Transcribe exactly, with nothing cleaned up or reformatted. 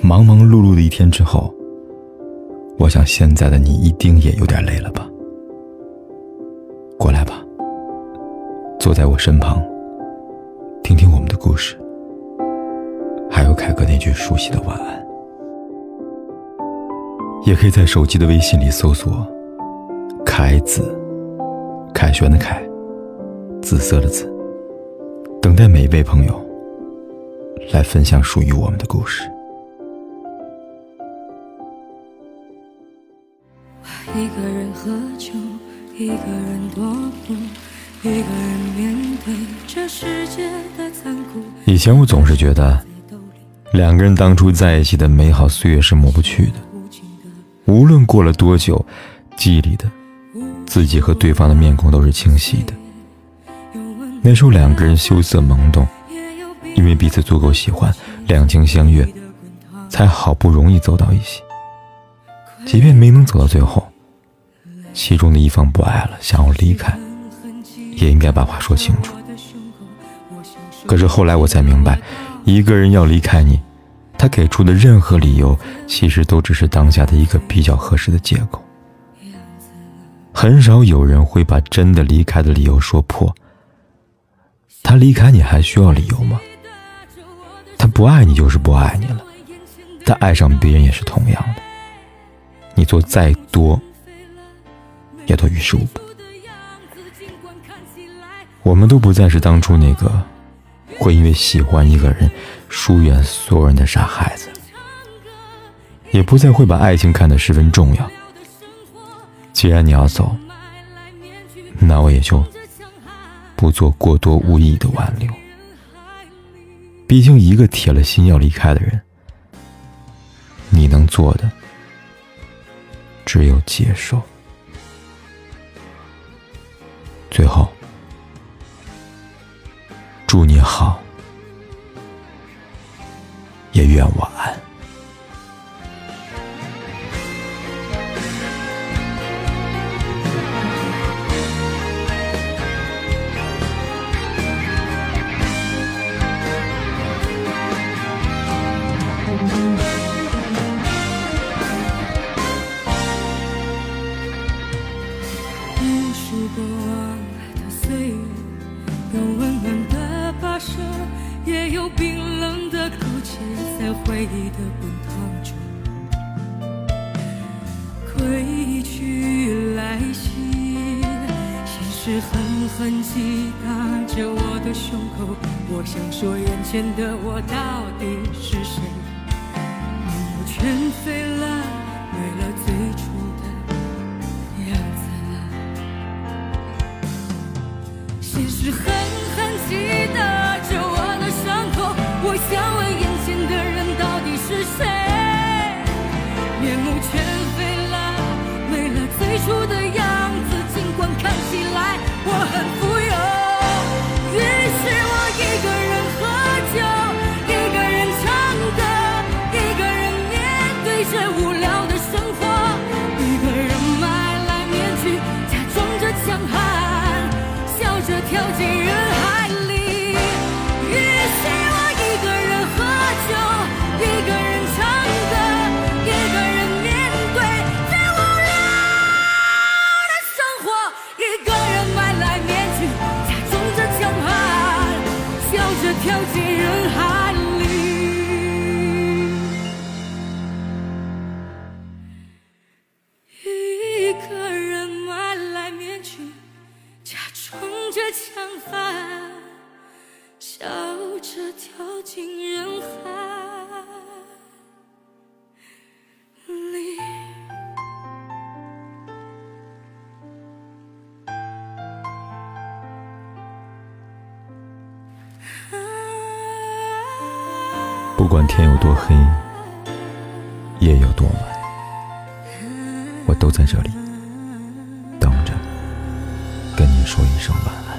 忙忙碌碌的一天之后，我想现在的你一定也有点累了吧。过来吧，坐在我身旁，听听我们的故事，还有凯哥那句熟悉的晚安。也可以在手机的微信里搜索凯子，凯旋的凯，紫色的紫，等待每一位朋友来分享属于我们的故事。 一个人喝酒，一个人踱步，一个人面对这世界的残酷。 以前我总是觉得两个人当初在一起的美好岁月是抹不去的，无论过了多久，记忆里的自己和对方的面孔都是清晰的。那时候两个人羞涩懵懂，因为彼此足够喜欢，两情相悦，才好不容易走到一起。即便没能走到最后，其中的一方不爱了，想要离开，也应该把话说清楚。可是后来我才明白，一个人要离开你，他给出的任何理由其实都只是当下的一个比较合适的借口。很少有人会把真的离开的理由说破。他离开你还需要理由吗？他不爱你就是不爱你了，他爱上别人也是同样的，你做再多也都于事无补。我们都不再是当初那个会因为喜欢一个人疏远所有人的傻孩子，也不再会把爱情看得十分重要。既然你要走，那我也就不做过多无意义的挽留。毕竟一个铁了心要离开的人，你能做的只有接受。最后，祝你好，也愿晚安。 过往的岁月，有温暖的跋涉，也有冰冷的苟且，在回忆的滚烫中归去来兮，现实狠狠击打着我的胸口。我想说，眼前的我到底是谁？面目全非了，没了最初的样子。现实狠狠击打着我的伤口，我想问眼前的人到底是谁？面目全非了，没了最初的样子，尽管看起来我很富有。于是我一个人喝酒，一个人唱歌，一个人面对着无聊的生活，一个人买来面具，假装着强悍，笑着跳进人海里。于是我一个人喝酒，一个人唱歌，一个人面对最无聊的生活，一个人买来面具，假装着强悍，笑着跳进人海里。一个人买来面具，假装着强悍，笑着跳进人海里。 不管天有多黑，夜有多晚，我都在这里等着跟你说一声晚安。